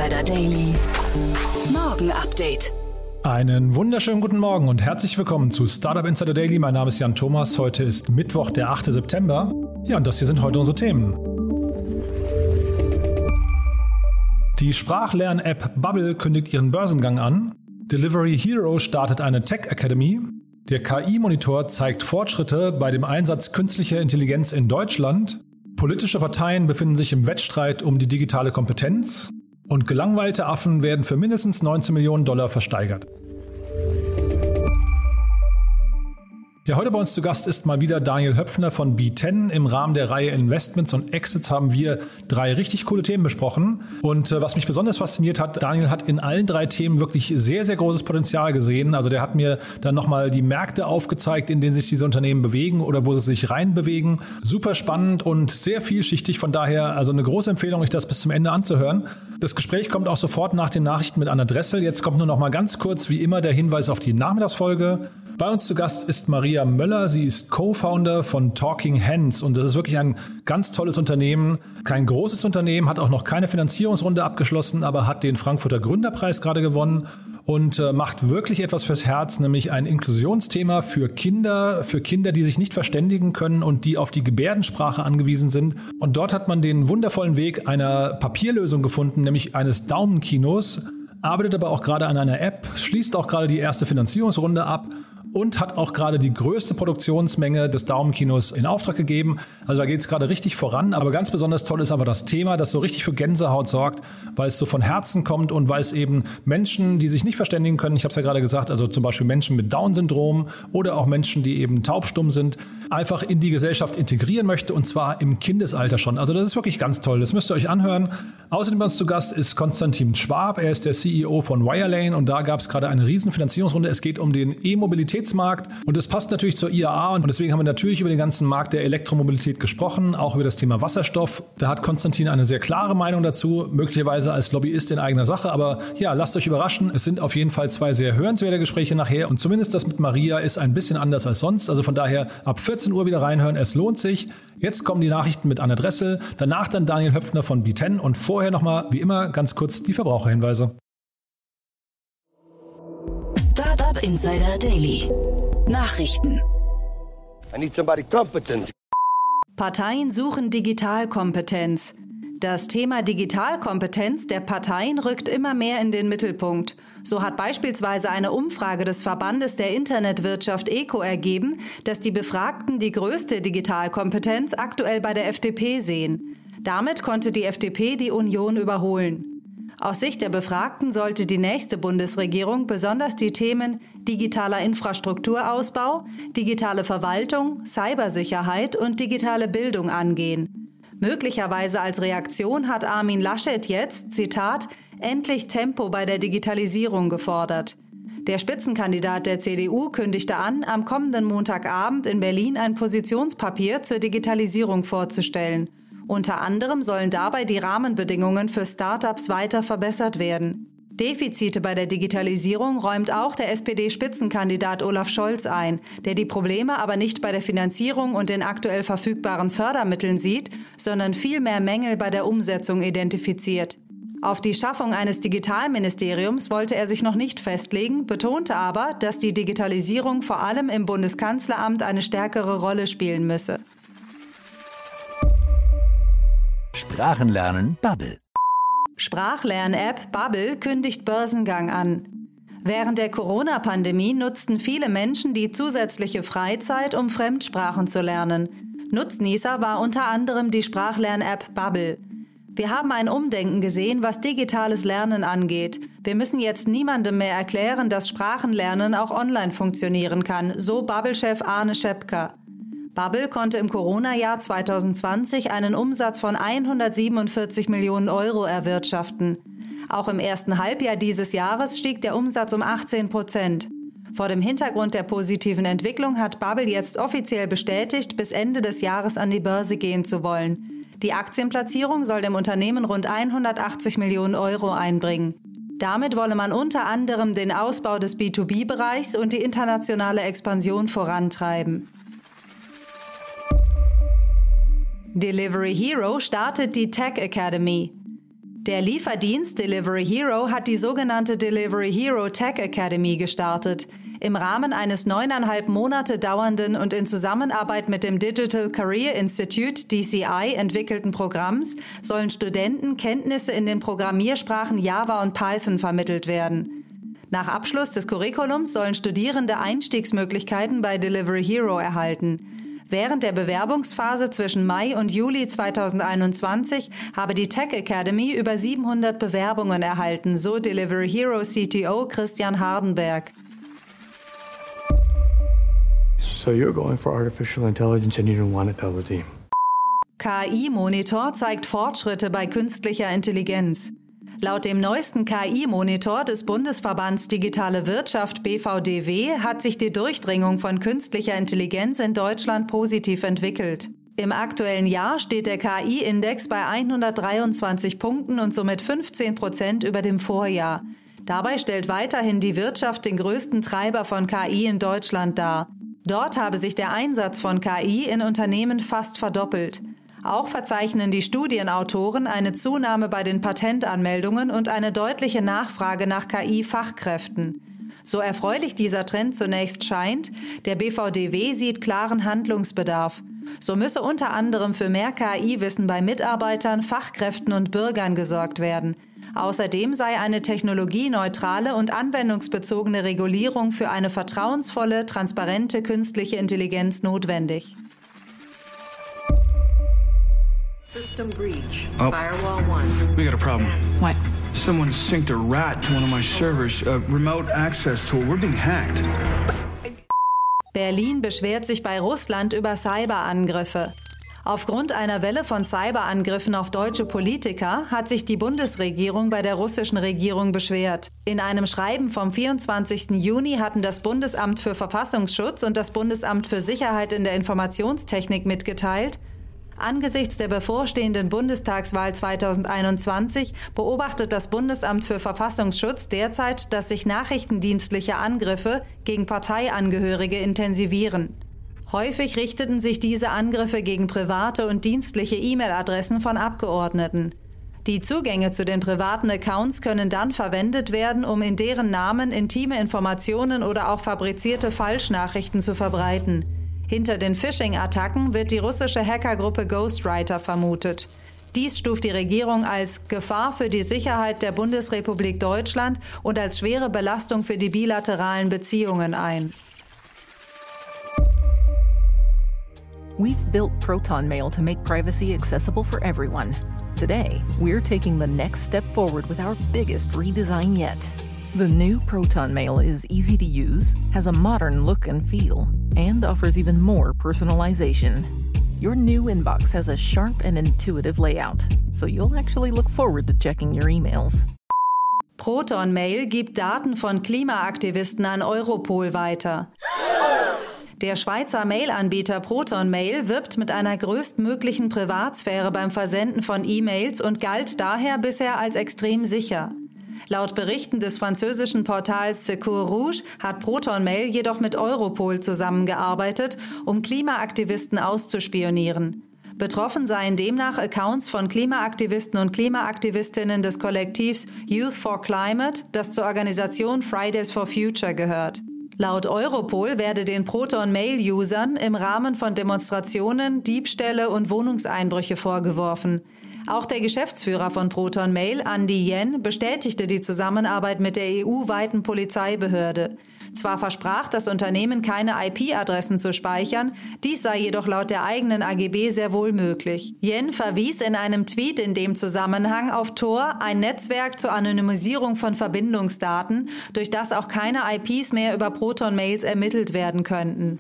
Insider Daily. Morgen Update. Einen wunderschönen guten Morgen und herzlich willkommen zu Startup Insider Daily. Mein Name ist Jan Thomas. Heute ist Mittwoch, der 8. September. Ja, und das hier sind heute unsere Themen. Die Sprachlern-App Babbel kündigt ihren Börsengang an. Delivery Hero startet eine Tech Academy. Der KI-Monitor zeigt Fortschritte bei dem Einsatz künstlicher Intelligenz in Deutschland. Politische Parteien befinden sich im Wettstreit um die digitale Kompetenz. Und gelangweilte Affen werden für mindestens $19 Millionen versteigert. Ja, heute bei uns zu Gast ist mal wieder Daniel Höpfner von B10. Im Rahmen der Reihe Investments und Exits haben wir 3 richtig coole Themen besprochen. Und was mich besonders fasziniert hat, Daniel hat in allen 3 Themen wirklich sehr, sehr großes Potenzial gesehen. Also der hat mir dann nochmal die Märkte aufgezeigt, in denen sich diese Unternehmen bewegen oder wo sie sich reinbewegen. Super spannend und sehr vielschichtig. Von daher also eine große Empfehlung, euch das bis zum Ende anzuhören. Das Gespräch kommt auch sofort nach den Nachrichten mit Anna Dressel. Jetzt kommt nur noch mal ganz kurz, wie immer, der Hinweis auf die Nachmittagsfolge. Bei uns zu Gast ist Maria Möller. Sie ist Co-Founder von Talking Hands und das ist wirklich ein ganz tolles Unternehmen. Kein großes Unternehmen, hat auch noch keine Finanzierungsrunde abgeschlossen, aber hat den Frankfurter Gründerpreis gerade gewonnen und macht wirklich etwas fürs Herz, nämlich ein Inklusionsthema für Kinder, die sich nicht verständigen können und die auf die Gebärdensprache angewiesen sind. Und dort hat man den wundervollen Weg einer Papierlösung gefunden, nämlich eines Daumenkinos, arbeitet aber auch gerade an einer App, schließt auch gerade die erste Finanzierungsrunde ab und hat auch gerade die größte Produktionsmenge des Daumenkinos in Auftrag gegeben. Also da geht es gerade richtig voran. Aber ganz besonders toll ist aber das Thema, das so richtig für Gänsehaut sorgt, weil es so von Herzen kommt und weil es eben Menschen, die sich nicht verständigen können, ich habe es ja gerade gesagt, also zum Beispiel Menschen mit Down-Syndrom oder auch Menschen, die eben taubstumm sind, einfach in die Gesellschaft integrieren möchte und zwar im Kindesalter schon. Also das ist wirklich ganz toll. Das müsst ihr euch anhören. Außerdem bei uns zu Gast ist Konstantin Schwab. Er ist der CEO von Wirelane und da gab es gerade eine riesen Finanzierungsrunde. Es geht um den E-Mobilitätsmarkt und es passt natürlich zur IAA und deswegen haben wir natürlich über den ganzen Markt der Elektromobilität gesprochen, auch über das Thema Wasserstoff. Da hat Konstantin eine sehr klare Meinung dazu, möglicherweise als Lobbyist in eigener Sache, aber ja, lasst euch überraschen. Es sind auf jeden Fall 2 sehr hörenswerte Gespräche nachher und zumindest das mit Maria ist ein bisschen anders als sonst. Also von daher ab 14 Uhr wieder reinhören, es lohnt sich. Jetzt kommen die Nachrichten mit Anna Dressel, danach dann Daniel Höpfner von B10 und vorher nochmal, wie immer, ganz kurz die Verbraucherhinweise. Startup Insider Daily. Nachrichten. I need somebody competent. Parteien suchen Digitalkompetenz. Das Thema Digitalkompetenz der Parteien rückt immer mehr in den Mittelpunkt. So hat beispielsweise eine Umfrage des Verbandes der Internetwirtschaft ECO ergeben, dass die Befragten die größte Digitalkompetenz aktuell bei der FDP sehen. Damit konnte die FDP die Union überholen. Aus Sicht der Befragten sollte die nächste Bundesregierung besonders die Themen digitaler Infrastrukturausbau, digitale Verwaltung, Cybersicherheit und digitale Bildung angehen. Möglicherweise als Reaktion hat Armin Laschet jetzt, Zitat, endlich Tempo bei der Digitalisierung gefordert. Der Spitzenkandidat der CDU kündigte an, am kommenden Montagabend in Berlin ein Positionspapier zur Digitalisierung vorzustellen. Unter anderem sollen dabei die Rahmenbedingungen für Startups weiter verbessert werden. Defizite bei der Digitalisierung räumt auch der SPD-Spitzenkandidat Olaf Scholz ein, der die Probleme aber nicht bei der Finanzierung und den aktuell verfügbaren Fördermitteln sieht, sondern vielmehr Mängel bei der Umsetzung identifiziert. Auf die Schaffung eines Digitalministeriums wollte er sich noch nicht festlegen, betonte aber, dass die Digitalisierung vor allem im Bundeskanzleramt eine stärkere Rolle spielen müsse. Sprachenlernen Babbel. Sprachlern-App Babbel kündigt Börsengang an. Während der Corona-Pandemie nutzten viele Menschen die zusätzliche Freizeit, um Fremdsprachen zu lernen. Nutznießer war unter anderem die Sprachlern-App Babbel. Wir haben ein Umdenken gesehen, was digitales Lernen angeht. Wir müssen jetzt niemandem mehr erklären, dass Sprachenlernen auch online funktionieren kann, so Babbel-Chef Arne Schepka. Babbel konnte im Corona-Jahr 2020 einen Umsatz von 147 Millionen Euro erwirtschaften. Auch im ersten Halbjahr dieses Jahres stieg der Umsatz um 18%. Vor dem Hintergrund der positiven Entwicklung hat Babbel jetzt offiziell bestätigt, bis Ende des Jahres an die Börse gehen zu wollen. Die Aktienplatzierung soll dem Unternehmen rund 180 Millionen Euro einbringen. Damit wolle man unter anderem den Ausbau des B2B-Bereichs und die internationale Expansion vorantreiben. Delivery Hero startet die Tech Academy. Der Lieferdienst Delivery Hero hat die sogenannte Delivery Hero Tech Academy gestartet. Im Rahmen eines 9,5 Monate dauernden und in Zusammenarbeit mit dem Digital Career Institute DCI entwickelten Programms sollen Studenten Kenntnisse in den Programmiersprachen Java und Python vermittelt werden. Nach Abschluss des Curriculums sollen Studierende Einstiegsmöglichkeiten bei Delivery Hero erhalten. Während der Bewerbungsphase zwischen Mai und Juli 2021 habe die Tech Academy über 700 Bewerbungen erhalten, so Delivery Hero CTO Christian Hardenberg. So you're going for artificial intelligence and you don't want to tell the team. KI-Monitor zeigt Fortschritte bei künstlicher Intelligenz. Laut dem neuesten KI-Monitor des Bundesverbands Digitale Wirtschaft BVDW hat sich die Durchdringung von künstlicher Intelligenz in Deutschland positiv entwickelt. Im aktuellen Jahr steht der KI-Index bei 123 Punkten und somit 15% über dem Vorjahr. Dabei stellt weiterhin die Wirtschaft den größten Treiber von KI in Deutschland dar. Dort habe sich der Einsatz von KI in Unternehmen fast verdoppelt. Auch verzeichnen die Studienautoren eine Zunahme bei den Patentanmeldungen und eine deutliche Nachfrage nach KI-Fachkräften. So erfreulich dieser Trend zunächst scheint, der BVDW sieht klaren Handlungsbedarf. So müsse unter anderem für mehr KI-Wissen bei Mitarbeitern, Fachkräften und Bürgern gesorgt werden. Außerdem sei eine technologieneutrale und anwendungsbezogene Regulierung für eine vertrauensvolle, transparente künstliche Intelligenz notwendig. System breach. Firewall 1. We got a problem. What? Someone synced a rat to one of my servers. A remote access tool. We're being hacked. Berlin beschwert sich bei Russland über Cyberangriffe. Aufgrund einer Welle von Cyberangriffen auf deutsche Politiker hat sich die Bundesregierung bei der russischen Regierung beschwert. In einem Schreiben vom 24. Juni hatten das Bundesamt für Verfassungsschutz und das Bundesamt für Sicherheit in der Informationstechnik mitgeteilt: Angesichts der bevorstehenden Bundestagswahl 2021 beobachtet das Bundesamt für Verfassungsschutz derzeit, dass sich nachrichtendienstliche Angriffe gegen Parteiangehörige intensivieren. Häufig richteten sich diese Angriffe gegen private und dienstliche E-Mail-Adressen von Abgeordneten. Die Zugänge zu den privaten Accounts können dann verwendet werden, um in deren Namen intime Informationen oder auch fabrizierte Falschnachrichten zu verbreiten. Hinter den Phishing-Attacken wird die russische Hackergruppe Ghostwriter vermutet. Dies stuft die Regierung als Gefahr für die Sicherheit der Bundesrepublik Deutschland und als schwere Belastung für die bilateralen Beziehungen ein. We've built Proton Mail to make privacy accessible for everyone. Today, we're taking the next step forward with our biggest redesign yet. The new Proton Mail is easy to use, has a modern look and feel, and offers even more personalization. Your new inbox has a sharp and intuitive layout, so you'll actually look forward to checking your emails. Proton Mail gibt Daten von Klimaaktivisten an Europol weiter. Der Schweizer Mail-Anbieter Proton Mail wirbt mit einer größtmöglichen Privatsphäre beim Versenden von E-Mails und galt daher bisher als extrem sicher. Laut Berichten des französischen Portals Secours Rouge hat Proton Mail jedoch mit Europol zusammengearbeitet, um Klimaaktivisten auszuspionieren. Betroffen seien demnach Accounts von Klimaaktivisten und Klimaaktivistinnen des Kollektivs Youth for Climate, das zur Organisation Fridays for Future gehört. Laut Europol werde den Proton-Mail-Usern im Rahmen von Demonstrationen Diebstähle und Wohnungseinbrüche vorgeworfen. Auch der Geschäftsführer von Proton Mail, Andy Yen, bestätigte die Zusammenarbeit mit der EU-weiten Polizeibehörde. Zwar versprach das Unternehmen, keine IP-Adressen zu speichern, dies sei jedoch laut der eigenen AGB sehr wohl möglich. Yen verwies in einem Tweet in dem Zusammenhang auf Tor, ein Netzwerk zur Anonymisierung von Verbindungsdaten, durch das auch keine IPs mehr über Proton-Mails ermittelt werden könnten.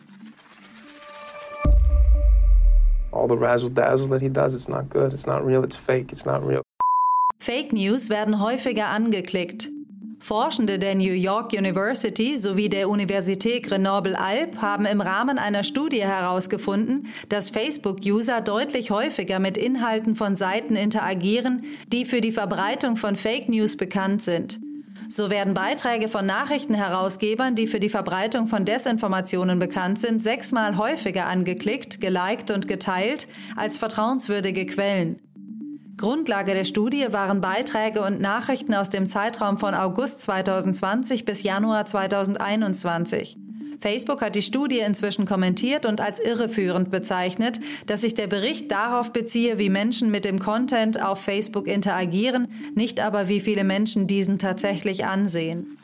All the razzle-dazzle that he does, it's not good, it's not real, it's fake, it's not real. Fake News werden häufiger angeklickt. Forschende der New York University sowie der Universität Grenoble-Alpes haben im Rahmen einer Studie herausgefunden, dass Facebook-User deutlich häufiger mit Inhalten von Seiten interagieren, die für die Verbreitung von Fake News bekannt sind. So werden Beiträge von Nachrichtenherausgebern, die für die Verbreitung von Desinformationen bekannt sind, 6-mal häufiger angeklickt, geliked und geteilt als vertrauenswürdige Quellen. Grundlage der Studie waren Beiträge und Nachrichten aus dem Zeitraum von August 2020 bis Januar 2021. Facebook hat die Studie inzwischen kommentiert und als irreführend bezeichnet, dass sich der Bericht darauf beziehe, wie Menschen mit dem Content auf Facebook interagieren, nicht aber wie viele Menschen diesen tatsächlich ansehen.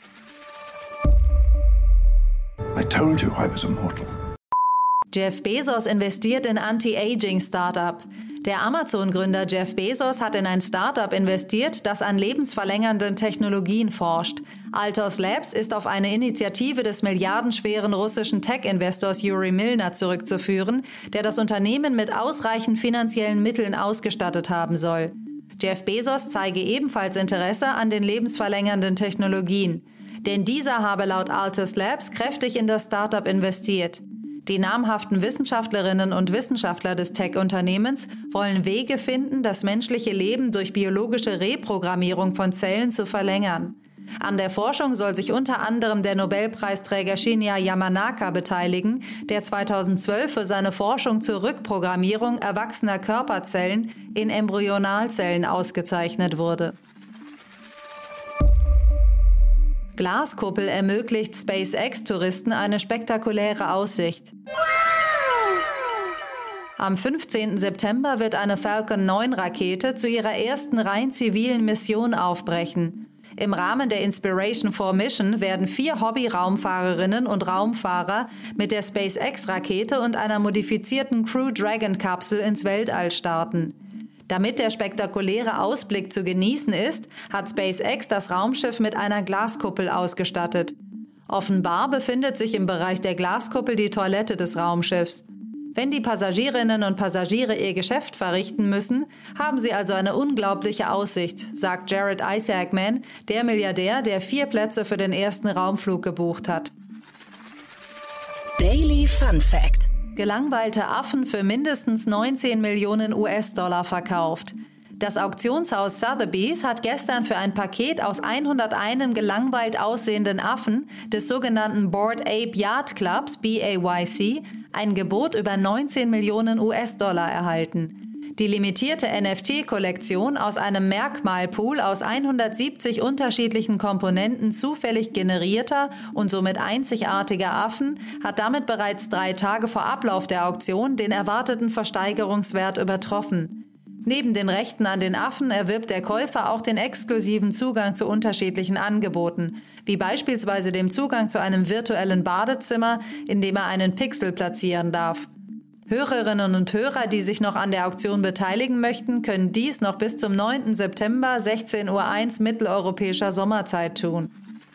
I told you I was immortal. Jeff Bezos investiert in Anti-Aging-Startup. Der Amazon-Gründer Jeff Bezos hat in ein Startup investiert, das an lebensverlängernden Technologien forscht. Altos Labs ist auf eine Initiative des milliardenschweren russischen Tech-Investors Yuri Milner zurückzuführen, der das Unternehmen mit ausreichend finanziellen Mitteln ausgestattet haben soll. Jeff Bezos zeige ebenfalls Interesse an den lebensverlängernden Technologien. Denn dieser habe laut Altos Labs kräftig in das Startup investiert. Die namhaften Wissenschaftlerinnen und Wissenschaftler des Tech-Unternehmens wollen Wege finden, das menschliche Leben durch biologische Reprogrammierung von Zellen zu verlängern. An der Forschung soll sich unter anderem der Nobelpreisträger Shinya Yamanaka beteiligen, der 2012 für seine Forschung zur Rückprogrammierung erwachsener Körperzellen in Embryonalzellen ausgezeichnet wurde. Glaskuppel ermöglicht SpaceX-Touristen eine spektakuläre Aussicht. Am 15. September wird eine Falcon 9-Rakete zu ihrer ersten rein zivilen Mission aufbrechen. Im Rahmen der Inspiration 4 Mission werden 4 Hobby-Raumfahrerinnen und Raumfahrer mit der SpaceX-Rakete und einer modifizierten Crew Dragon-Kapsel ins Weltall starten. Damit der spektakuläre Ausblick zu genießen ist, hat SpaceX das Raumschiff mit einer Glaskuppel ausgestattet. Offenbar befindet sich im Bereich der Glaskuppel die Toilette des Raumschiffs. Wenn die Passagierinnen und Passagiere ihr Geschäft verrichten müssen, haben sie also eine unglaubliche Aussicht, sagt Jared Isaacman, der Milliardär, der 4 Plätze für den ersten Raumflug gebucht hat. Daily Fun Fact: Gelangweilte Affen für mindestens 19 Millionen US-Dollar verkauft. Das Auktionshaus Sotheby's hat gestern für ein Paket aus 101 gelangweilt aussehenden Affen des sogenannten Bored Ape Yacht Clubs BAYC ein Gebot über 19 Millionen US-Dollar erhalten. Die limitierte NFT-Kollektion aus einem Merkmalpool aus 170 unterschiedlichen Komponenten zufällig generierter und somit einzigartiger Affen hat damit bereits 3 Tage vor Ablauf der Auktion den erwarteten Versteigerungswert übertroffen. Neben den Rechten an den Affen erwirbt der Käufer auch den exklusiven Zugang zu unterschiedlichen Angeboten, wie beispielsweise dem Zugang zu einem virtuellen Badezimmer, in dem er einen Pixel platzieren darf. Hörerinnen und Hörer, die sich noch an der Auktion beteiligen möchten, können dies noch bis zum 9. September 16:01 Uhr mitteleuropäischer Sommerzeit tun.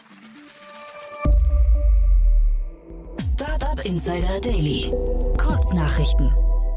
Startup Insider Daily. Kurznachrichten.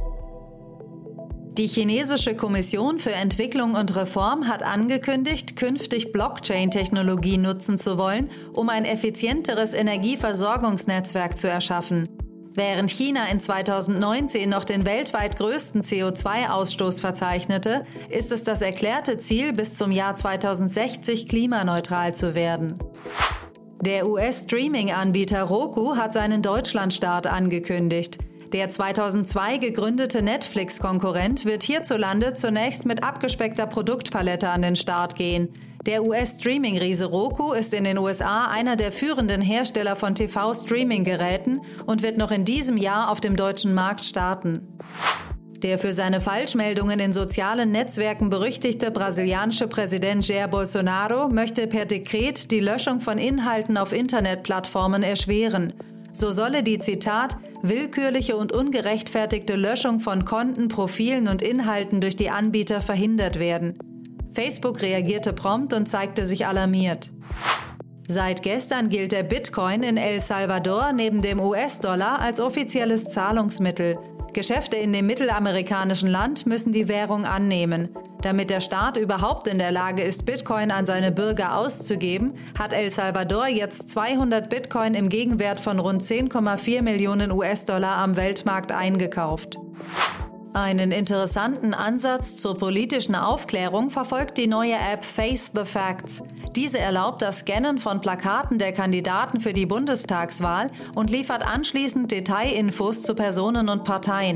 Die chinesische Kommission für Entwicklung und Reform hat angekündigt, künftig Blockchain-Technologie nutzen zu wollen, um ein effizienteres Energieversorgungsnetzwerk zu erschaffen. Während China in 2019 noch den weltweit größten CO2-Ausstoß verzeichnete, ist es das erklärte Ziel, bis zum Jahr 2060 klimaneutral zu werden. Der US-Streaming-Anbieter Roku hat seinen Deutschlandstart angekündigt. Der 2002 gegründete Netflix-Konkurrent wird hierzulande zunächst mit abgespeckter Produktpalette an den Start gehen. Der US-Streaming-Riese Roku ist in den USA einer der führenden Hersteller von TV-Streaming-Geräten und wird noch in diesem Jahr auf dem deutschen Markt starten. Der für seine Falschmeldungen in sozialen Netzwerken berüchtigte brasilianische Präsident Jair Bolsonaro möchte per Dekret die Löschung von Inhalten auf Internetplattformen erschweren. So solle die, Zitat, willkürliche und ungerechtfertigte Löschung von Konten, Profilen und Inhalten durch die Anbieter verhindert werden. Facebook reagierte prompt und zeigte sich alarmiert. Seit gestern gilt der Bitcoin in El Salvador neben dem US-Dollar als offizielles Zahlungsmittel. Geschäfte in dem mittelamerikanischen Land müssen die Währung annehmen. Damit der Staat überhaupt in der Lage ist, Bitcoin an seine Bürger auszugeben, hat El Salvador jetzt 200 Bitcoin im Gegenwert von rund 10,4 Millionen US-Dollar am Weltmarkt eingekauft. Einen interessanten Ansatz zur politischen Aufklärung verfolgt die neue App Face the Facts. Diese erlaubt das Scannen von Plakaten der Kandidaten für die Bundestagswahl und liefert anschließend Detailinfos zu Personen und Parteien.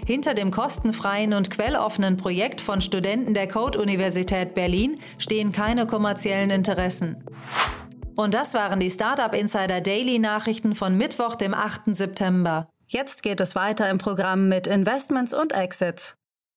Hinter dem kostenfreien und quelloffenen Projekt von Studenten der Code-Universität Berlin stehen keine kommerziellen Interessen. Und das waren die Startup Insider Daily Nachrichten von Mittwoch, dem 8. September. Jetzt geht es weiter im Programm mit Investments und Exits.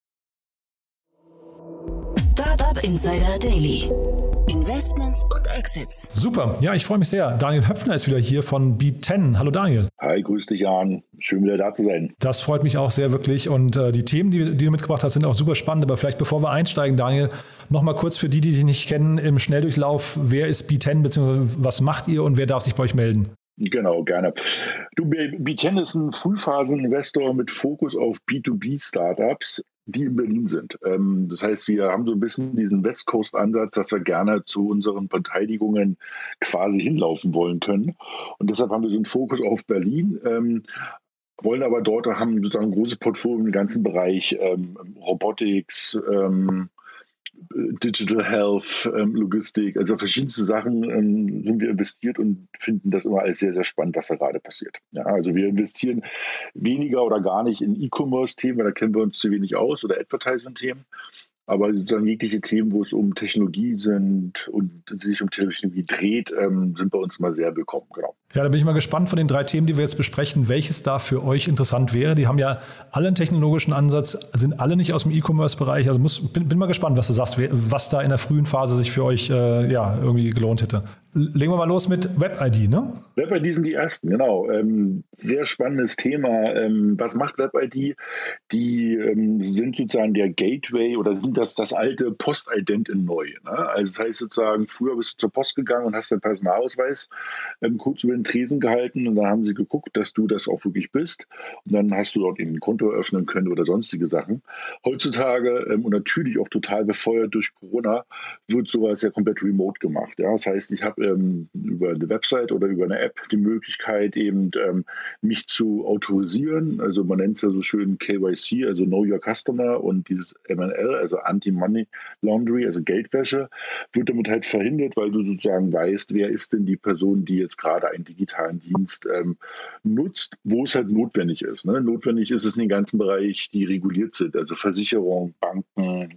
Startup Insider Daily. Investments und Exits. Super, ja, ich freue mich sehr. Daniel Höpfner ist wieder hier von B10. Hallo Daniel. Hi, grüß dich Jan. Schön wieder da zu sein. Das freut mich auch sehr wirklich und die Themen, die du mitgebracht hast, sind auch super spannend. Aber vielleicht bevor wir einsteigen, Daniel, nochmal kurz für die dich nicht kennen, im Schnelldurchlauf, wer ist B10 bzw. was macht ihr und wer darf sich bei euch melden? Genau, gerne. B10 ist ein Frühphasen-Investor mit Fokus auf B2B-Startups, die in Berlin sind. Das heißt, wir haben so ein bisschen diesen West Coast-Ansatz, dass wir gerne zu unseren Beteiligungen quasi hinlaufen wollen können. Und deshalb haben wir so einen Fokus auf Berlin, wollen aber dort haben sozusagen ein großes Portfolio im ganzen Bereich Robotics, Digital Health, Logistik, also verschiedenste Sachen sind wir investiert und finden das immer als sehr, sehr spannend, was da gerade passiert. Ja, also wir investieren weniger oder gar nicht in E-Commerce-Themen, weil da kennen wir uns zu wenig aus, oder Advertising-Themen. Aber sozusagen jegliche Themen, wo es um Technologie sind und sich um Technologie dreht, sind bei uns mal sehr willkommen. Genau. Ja, da bin ich mal gespannt von den 3 Themen, die wir jetzt besprechen, welches da für euch interessant wäre. Die haben ja alle einen technologischen Ansatz, sind alle nicht aus dem E-Commerce-Bereich. Also bin mal gespannt, was du sagst, was da in der frühen Phase sich für euch irgendwie gelohnt hätte. Legen wir mal los mit WebID, ne? WebID sind die ersten, genau. Sehr spannendes Thema. Was macht WebID? Die sind sozusagen der Gateway oder sind das alte Postident in neu. Ne? Also das heißt sozusagen, früher bist du zur Post gegangen und hast deinen Personalausweis kurz über den Tresen gehalten und dann haben sie geguckt, dass du das auch wirklich bist. Und dann hast du dort eben ein Konto eröffnen können oder sonstige Sachen. Heutzutage und natürlich auch total befeuert durch Corona wird sowas ja komplett remote gemacht. Ja? Das heißt, ich habe über eine Website oder über eine App die Möglichkeit, eben mich zu autorisieren. Also man nennt es ja so schön KYC, also Know Your Customer, und dieses MNL, also Anti-Money Laundry, also Geldwäsche, wird damit halt verhindert, weil du sozusagen weißt, wer ist denn die Person, die jetzt gerade einen digitalen Dienst nutzt, wo es halt notwendig ist. Ne? Notwendig ist es in den ganzen Bereich, die reguliert sind, also Versicherung, Banken,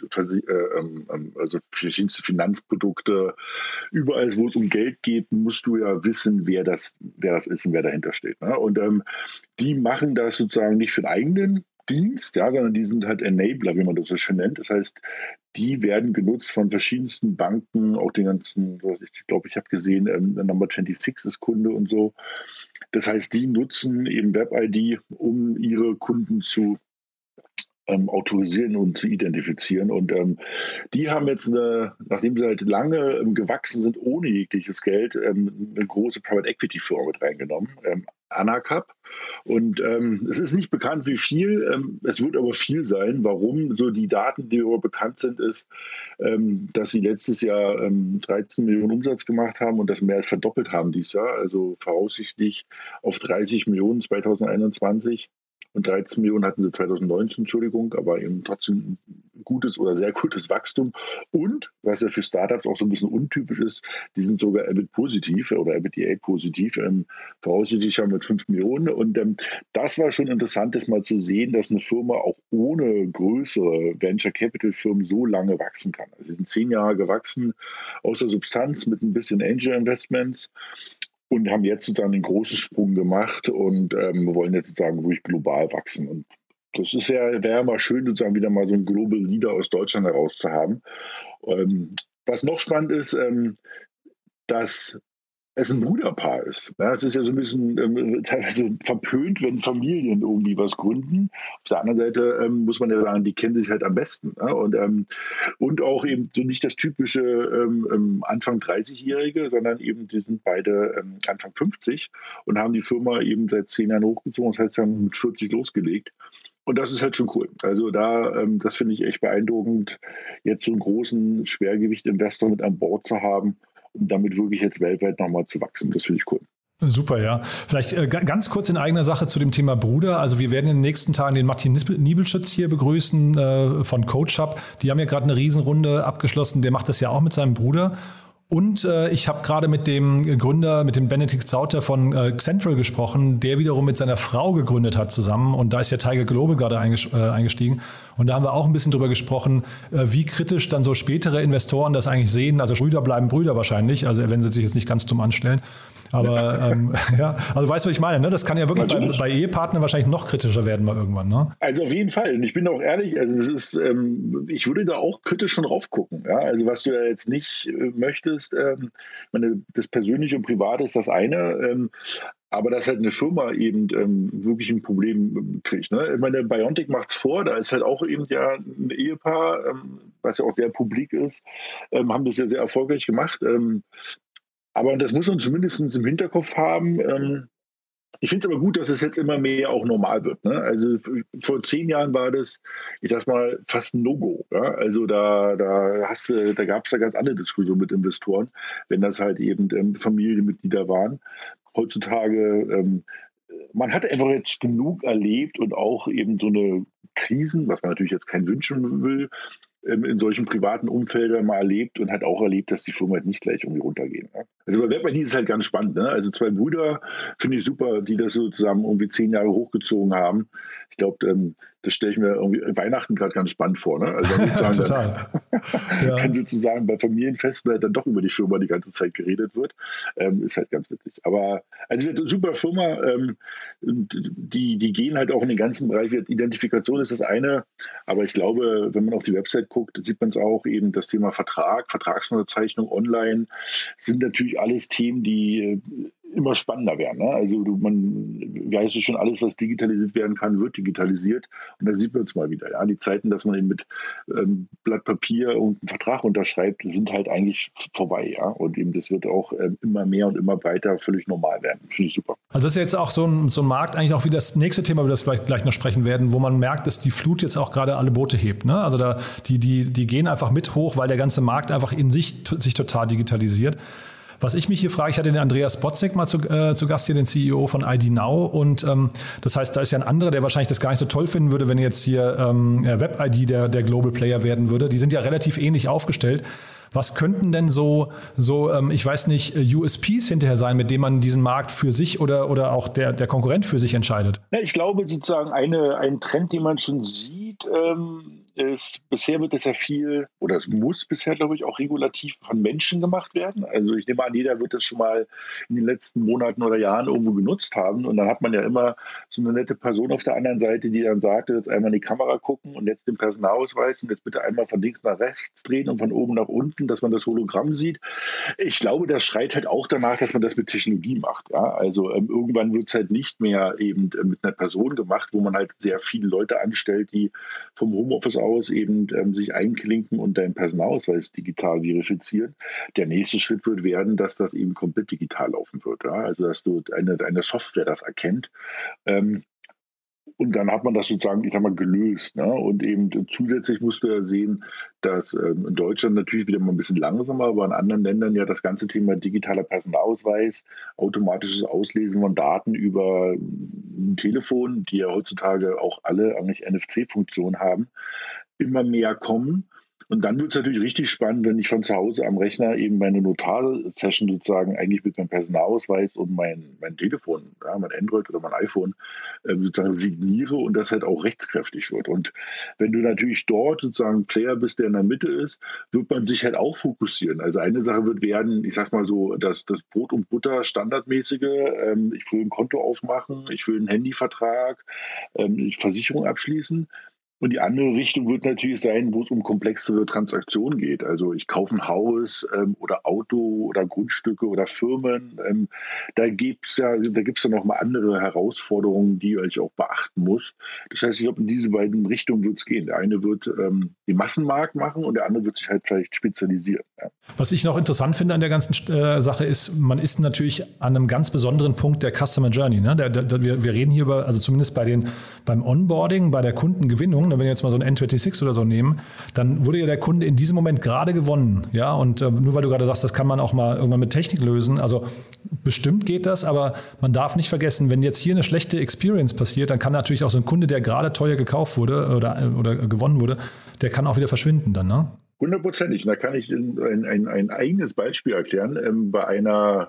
also verschiedenste Finanzprodukte, überall, wo es um Geld geht, musst du ja wissen, wer das ist und wer dahinter steht. Ne? Und die machen das sozusagen nicht für den eigenen Dienst, ja, sondern die sind halt Enabler, wie man das so schön nennt. Das heißt, die werden genutzt von verschiedensten Banken, auch den ganzen, ich glaube, ich habe gesehen, Number 26 ist Kunde und so. Das heißt, die nutzen eben WebID, um ihre Kunden zu autorisieren und zu identifizieren. Und die haben jetzt, nachdem sie halt lange gewachsen sind, ohne jegliches Geld, eine große Private Equity Firma mit reingenommen, Anacap. Und es ist nicht bekannt, wie viel, es wird aber viel sein. Warum? So die Daten, die darüber bekannt sind, ist, dass sie letztes Jahr 13 Millionen Umsatz gemacht haben und das mehr als verdoppelt haben dieses Jahr, also voraussichtlich auf 30 Millionen 2021. Und 13 Millionen hatten sie 2019, Entschuldigung, aber eben trotzdem ein gutes oder sehr gutes Wachstum. Und, was ja für Startups auch so ein bisschen untypisch ist, die sind sogar EBIT-positiv oder EBITDA-positiv. Voraussichtlich haben wir jetzt 5 Millionen. Und das war schon interessant, das mal zu sehen, dass eine Firma auch ohne größere Venture-Capital-Firmen so lange wachsen kann. Also sie sind 10 Jahre gewachsen, außer Substanz mit ein bisschen Angel-Investments. Und haben jetzt sozusagen den großen Sprung gemacht und wollen jetzt sozusagen ruhig global wachsen. Und das ist wäre mal schön, sozusagen wieder mal so einen Global Leader aus Deutschland heraus zu haben. Was noch spannend ist, dass es ein Bruderpaar ist. Ja, es ist ja so ein bisschen teilweise verpönt, wenn Familien irgendwie was gründen. Auf der anderen Seite muss man ja sagen, die kennen sich halt am besten. Ja? Und auch eben so nicht das typische Anfang 30-Jährige, sondern eben die sind beide Anfang 50 und haben die Firma eben seit 10 Jahren hochgezogen. Das heißt, sie haben mit 40 losgelegt. Und das ist halt schon cool. Also das finde ich echt beeindruckend, jetzt so einen großen Schwergewicht-Investor mit an Bord zu haben, um damit wirklich jetzt weltweit nochmal zu wachsen. Das finde ich cool. Super, ja. Vielleicht ganz kurz in eigener Sache zu dem Thema Bruder. Also wir werden in den nächsten Tagen den Martin Niebelschütz hier begrüßen von CoachHub. Die haben ja gerade eine Riesenrunde abgeschlossen. Der macht das ja auch mit seinem Bruder. Und ich habe gerade mit dem Gründer, mit dem Benedikt Sauter von Central gesprochen, der wiederum mit seiner Frau gegründet hat zusammen. Und da ist ja Tiger Global gerade eingestiegen. Und da haben wir auch ein bisschen drüber gesprochen, wie kritisch dann so spätere Investoren das eigentlich sehen. Also Brüder bleiben Brüder wahrscheinlich, also wenn sie sich jetzt nicht ganz dumm anstellen. Aber ja, also weißt du, was ich meine, ne? Das kann ja wirklich bei Ehepartnern wahrscheinlich noch kritischer werden mal irgendwann, ne? Also auf jeden Fall. Und ich bin auch ehrlich, also es ist, ich würde da auch kritisch schon drauf gucken. Ja? Also was du ja jetzt nicht möchtest, das Persönliche und Private ist das eine, aber dass halt eine Firma eben wirklich ein Problem kriegt. Ne? Ich meine, BioNTech macht es vor, da ist halt auch eben ja ein Ehepaar, was ja auch sehr publik ist, haben das ja sehr erfolgreich gemacht. Aber das muss man zumindest im Hinterkopf haben. Ich finde es aber gut, dass es jetzt immer mehr auch normal wird. Ne? Also vor 10 Jahren war das, ich sag mal, fast ein No-Go. Ja? Also da gab es da ganz andere Diskussionen mit Investoren, wenn das halt eben Familienmitglieder waren. Heutzutage, man hat einfach jetzt genug erlebt und auch eben so eine Krisen, was man natürlich jetzt kein wünschen will, in solchen privaten Umfeldern mal erlebt und hat auch erlebt, dass die Firmen halt nicht gleich irgendwie runtergehen. Ne? Also bei WebID ist es halt ganz spannend. Ne? Also 2 Brüder finde ich super, die das so zusammen irgendwie 10 Jahre hochgezogen haben. Ich glaube, das stelle ich mir irgendwie Weihnachten gerade ganz spannend vor. Ne? Also total. Wenn sozusagen bei Familienfesten halt dann doch über die Firma die ganze Zeit geredet wird, ist halt ganz witzig. Aber also eine super Firma, die gehen halt auch in den ganzen Bereich. Identifikation ist das eine, aber ich glaube, wenn man auf die Website guckt, sieht man es auch eben, das Thema Vertragsunterzeichnung online sind natürlich alles Themen, die immer spannender werden. Ne? Also wie heißt es schon, alles, was digitalisiert werden kann, wird digitalisiert. Und da sieht man es mal wieder. Ja? Die Zeiten, dass man eben mit Blatt Papier und einen Vertrag unterschreibt, sind halt eigentlich vorbei. Ja? Und eben das wird auch immer mehr und immer breiter völlig normal werden. Finde ich super. Also das ist jetzt auch so ein Markt, eigentlich auch wie das nächste Thema, über das wir gleich noch sprechen werden, wo man merkt, dass die Flut jetzt auch gerade alle Boote hebt. Ne? Also die gehen einfach mit hoch, weil der ganze Markt einfach in sich total digitalisiert. Was ich mich hier frage, ich hatte den Andreas Botzek mal zu Gast hier, den CEO von ID Now. Und das heißt, da ist ja ein anderer, der wahrscheinlich das gar nicht so toll finden würde, wenn jetzt hier WebID der Global Player werden würde. Die sind ja relativ ähnlich aufgestellt. Was könnten denn so ich weiß nicht, USPs hinterher sein, mit denen man diesen Markt für sich oder auch der Konkurrent für sich entscheidet? Ja, ich glaube sozusagen ein Trend, den man schon sieht, ist, bisher wird es ja viel, oder es muss bisher, glaube ich, auch regulativ von Menschen gemacht werden. Also ich nehme an, jeder wird das schon mal in den letzten Monaten oder Jahren irgendwo genutzt haben. Und dann hat man ja immer so eine nette Person auf der anderen Seite, die dann sagt, jetzt einmal in die Kamera gucken und jetzt den Personalausweis und jetzt bitte einmal von links nach rechts drehen und von oben nach unten, dass man das Hologramm sieht. Ich glaube, das schreit halt auch danach, dass man das mit Technologie macht. Ja? Also irgendwann wird es halt nicht mehr eben mit einer Person gemacht, wo man halt sehr viele Leute anstellt, die vom Homeoffice aus eben sich einklinken und deinen Personalausweis digital verifizieren. Der nächste Schritt wird werden, dass das eben komplett digital laufen wird. Ja? Also dass du eine Software das erkennt. Und dann hat man das sozusagen, ich sag mal, gelöst. Ne? Und eben zusätzlich musst du ja sehen, dass in Deutschland natürlich wieder mal ein bisschen langsamer, aber in anderen Ländern ja das ganze Thema digitaler Personalausweis, automatisches Auslesen von Daten über ein Telefon, die ja heutzutage auch alle eigentlich NFC-Funktionen haben, immer mehr kommen. Und dann wird es natürlich richtig spannend, wenn ich von zu Hause am Rechner eben meine Notar-Session sozusagen eigentlich mit meinem Personalausweis und mein Telefon, ja, mein Android oder mein iPhone sozusagen signiere und das halt auch rechtskräftig wird. Und wenn du natürlich dort sozusagen ein Player bist, der in der Mitte ist, wird man sich halt auch fokussieren. Also eine Sache wird werden, ich sag mal so, das Brot und Butter standardmäßige, ich will ein Konto aufmachen, ich will einen Handyvertrag, Versicherung abschließen. Und die andere Richtung wird natürlich sein, wo es um komplexere Transaktionen geht. Also ich kaufe ein Haus oder Auto oder Grundstücke oder Firmen. Da gibt's ja noch mal andere Herausforderungen, die ich auch beachten muss. Das heißt, ich glaube, in diese beiden Richtungen wird es gehen. Der eine wird den Massenmarkt machen und der andere wird sich halt vielleicht spezialisieren. Ja. Was ich noch interessant finde an der ganzen Sache ist, man ist natürlich an einem ganz besonderen Punkt der Customer Journey. Ne? Wir reden hier über, also zumindest beim Onboarding, bei der Kundengewinnung, wenn wir jetzt mal so ein N26 oder so nehmen, dann wurde ja der Kunde in diesem Moment gerade gewonnen. Ja, und nur weil du gerade sagst, das kann man auch mal irgendwann mit Technik lösen. Also bestimmt geht das, aber man darf nicht vergessen, wenn jetzt hier eine schlechte Experience passiert, dann kann natürlich auch so ein Kunde, der gerade teuer gekauft wurde oder gewonnen wurde, der kann auch wieder verschwinden dann, ne? 100%. Da kann ich ein eigenes Beispiel erklären. Bei einer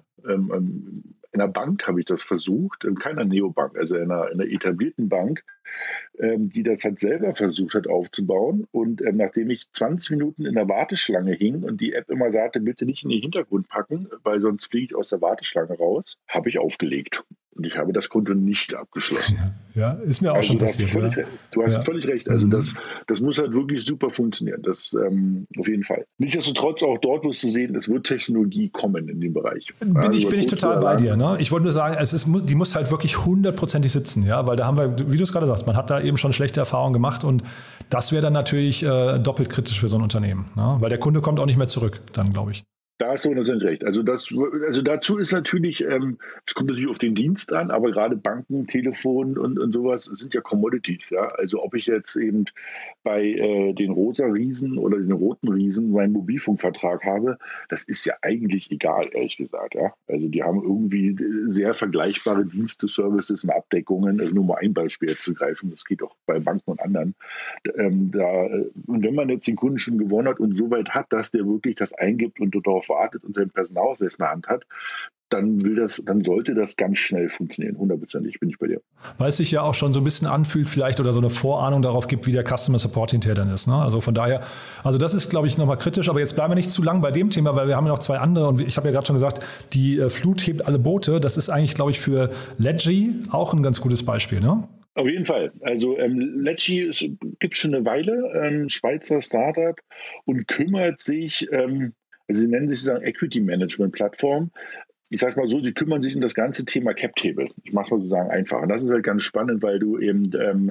Bank habe ich das versucht, keiner Neobank, also einer etablierten Bank, die das halt selber versucht hat aufzubauen. Und nachdem ich 20 Minuten in der Warteschlange hing und die App immer sagte, bitte nicht in den Hintergrund packen, weil sonst fliege ich aus der Warteschlange raus, habe ich aufgelegt. Und ich habe das Konto nicht abgeschlossen. Ja, ist mir auch schon passiert. Du hast völlig recht. Also das muss halt wirklich super funktionieren. Das auf jeden Fall. Nichtsdestotrotz, auch dort wirst du sehen, es wird Technologie kommen in dem Bereich. Bin ich total bei dir. Ne? Ich wollte nur sagen, die muss halt wirklich 100%ig sitzen. Ja? Weil da haben wir, wie du es gerade sagst, man hat da eben schon schlechte Erfahrungen gemacht und das wäre dann natürlich doppelt kritisch für so ein Unternehmen. Ne? Weil der Kunde kommt auch nicht mehr zurück, dann glaube ich. Da hast du natürlich recht. Also dazu ist natürlich, es kommt natürlich auf den Dienst an, aber gerade Banken, Telefon und sowas sind ja Commodities. Ja? Also ob ich jetzt eben bei den rosa Riesen oder den roten Riesen meinen Mobilfunkvertrag habe, das ist ja eigentlich egal, ehrlich gesagt. Ja? Also die haben irgendwie sehr vergleichbare Dienste, Services und Abdeckungen. Also nur mal ein Beispiel zu greifen, das geht auch bei Banken und anderen. Und wenn man jetzt den Kunden schon gewonnen hat und so weit hat, dass der wirklich das eingibt und darauf wartet und seinen Personalausweis in der Hand hat, dann sollte das ganz schnell funktionieren. 100%, bin ich bei dir. Weil es sich ja auch schon so ein bisschen anfühlt vielleicht oder so eine Vorahnung darauf gibt, wie der Customer Support hinterher dann ist. Ne? Also von daher, also das ist, glaube ich, nochmal kritisch. Aber jetzt bleiben wir nicht zu lang bei dem Thema, weil wir haben ja noch zwei andere. Und ich habe ja gerade schon gesagt, die Flut hebt alle Boote. Das ist eigentlich, glaube ich, für Ledgy auch ein ganz gutes Beispiel, ne? Auf jeden Fall. Also Ledgy gibt es schon eine Weile, ein Schweizer Startup und kümmert sich, also sie nennen sich sozusagen Equity Management Plattform. Ich sage es mal so, sie kümmern sich um das ganze Thema Cap Table. Ich mache es mal sozusagen einfach. Und das ist halt ganz spannend, weil du eben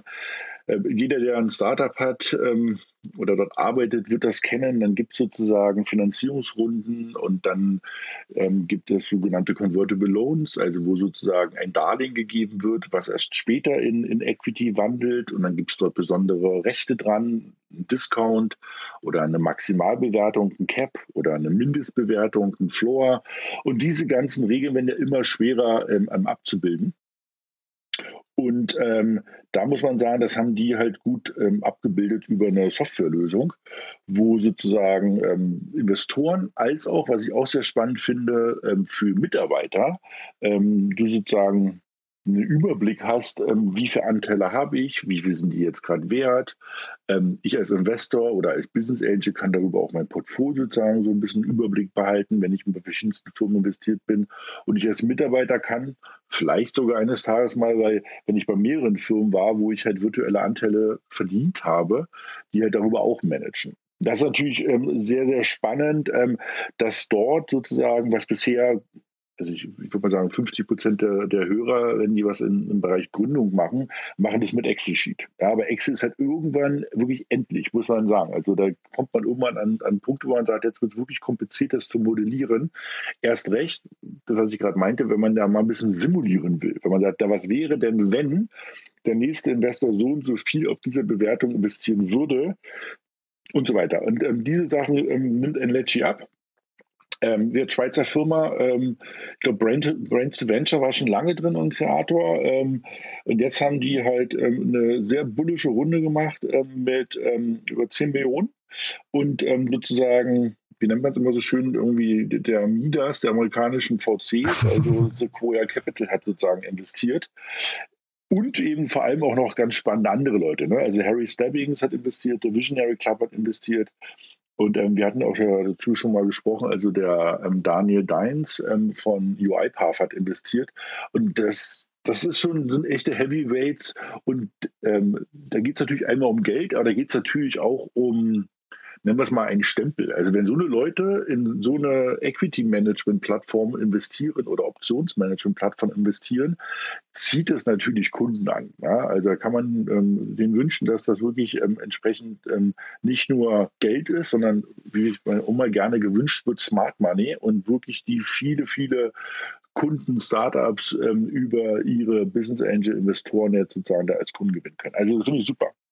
jeder, der ein Startup hat oder dort arbeitet, wird das kennen. Dann gibt es sozusagen Finanzierungsrunden und dann gibt es sogenannte Convertible Loans, also wo sozusagen ein Darlehen gegeben wird, was erst später in Equity wandelt. Und dann gibt es dort besondere Rechte dran, ein Discount oder eine Maximalbewertung, ein Cap oder eine Mindestbewertung, ein Floor. Und diese ganzen Regeln werden ja immer schwerer abzubilden. Und da muss man sagen, das haben die halt gut abgebildet über eine Softwarelösung, wo sozusagen Investoren als auch, was ich auch sehr spannend finde, für Mitarbeiter, du sozusagen einen Überblick hast, wie viele Anteile habe ich, wie viel sind die jetzt gerade wert. Ich als Investor oder als Business Angel kann darüber auch mein Portfolio sozusagen so ein bisschen Überblick behalten, wenn ich bei verschiedensten Firmen investiert bin. Und ich als Mitarbeiter kann vielleicht sogar eines Tages mal, weil wenn ich bei mehreren Firmen war, wo ich halt virtuelle Anteile verdient habe, die halt darüber auch managen. Das ist natürlich sehr, sehr spannend, dass dort sozusagen, was bisher, also ich würde mal sagen, 50% der Hörer, wenn die was im Bereich Gründung machen das mit Excel-Sheet. Ja, aber Excel ist halt irgendwann wirklich endlich, muss man sagen. Also da kommt man irgendwann an Punkte, wo man sagt, jetzt wird es wirklich kompliziert, das zu modellieren. Erst recht, das, was ich gerade meinte, wenn man da mal ein bisschen simulieren will. Wenn man sagt, was wäre denn, wenn der nächste Investor so und so viel auf diese Bewertung investieren würde und so weiter. Und diese Sachen nimmt Ledgy ab. Die Schweizer Firma, ich glaube, Brains to Venture war schon lange drin und Kreator. Und jetzt haben die halt eine sehr bullische Runde gemacht mit über 10 Millionen. Und sozusagen, wie nennt man es immer so schön, irgendwie der Midas, der amerikanischen VCs, also Sequoia Capital hat sozusagen investiert. Und eben vor allem auch noch ganz spannende andere Leute. Ne? Also Harry Stebbings hat investiert, der Visionary Club hat investiert. Und wir hatten auch dazu schon mal gesprochen, also der Daniel Dines von UiPath hat investiert. Und das ist sind echte Heavyweights. Und da geht es natürlich einmal um Geld, aber da geht es natürlich auch um, nennen wir es mal, einen Stempel. Also wenn so eine Leute in so eine Equity-Management-Plattform investieren oder Optionsmanagement-Plattform investieren, zieht es natürlich Kunden an. Ja? Also da kann man denen wünschen, dass das wirklich entsprechend nicht nur Geld ist, sondern, wie ich immer gerne gewünscht wird, Smart Money und wirklich die viele, viele Kunden, Startups über ihre Business Angel Investoren jetzt sozusagen da als Kunden gewinnen können. Also das finde ich super.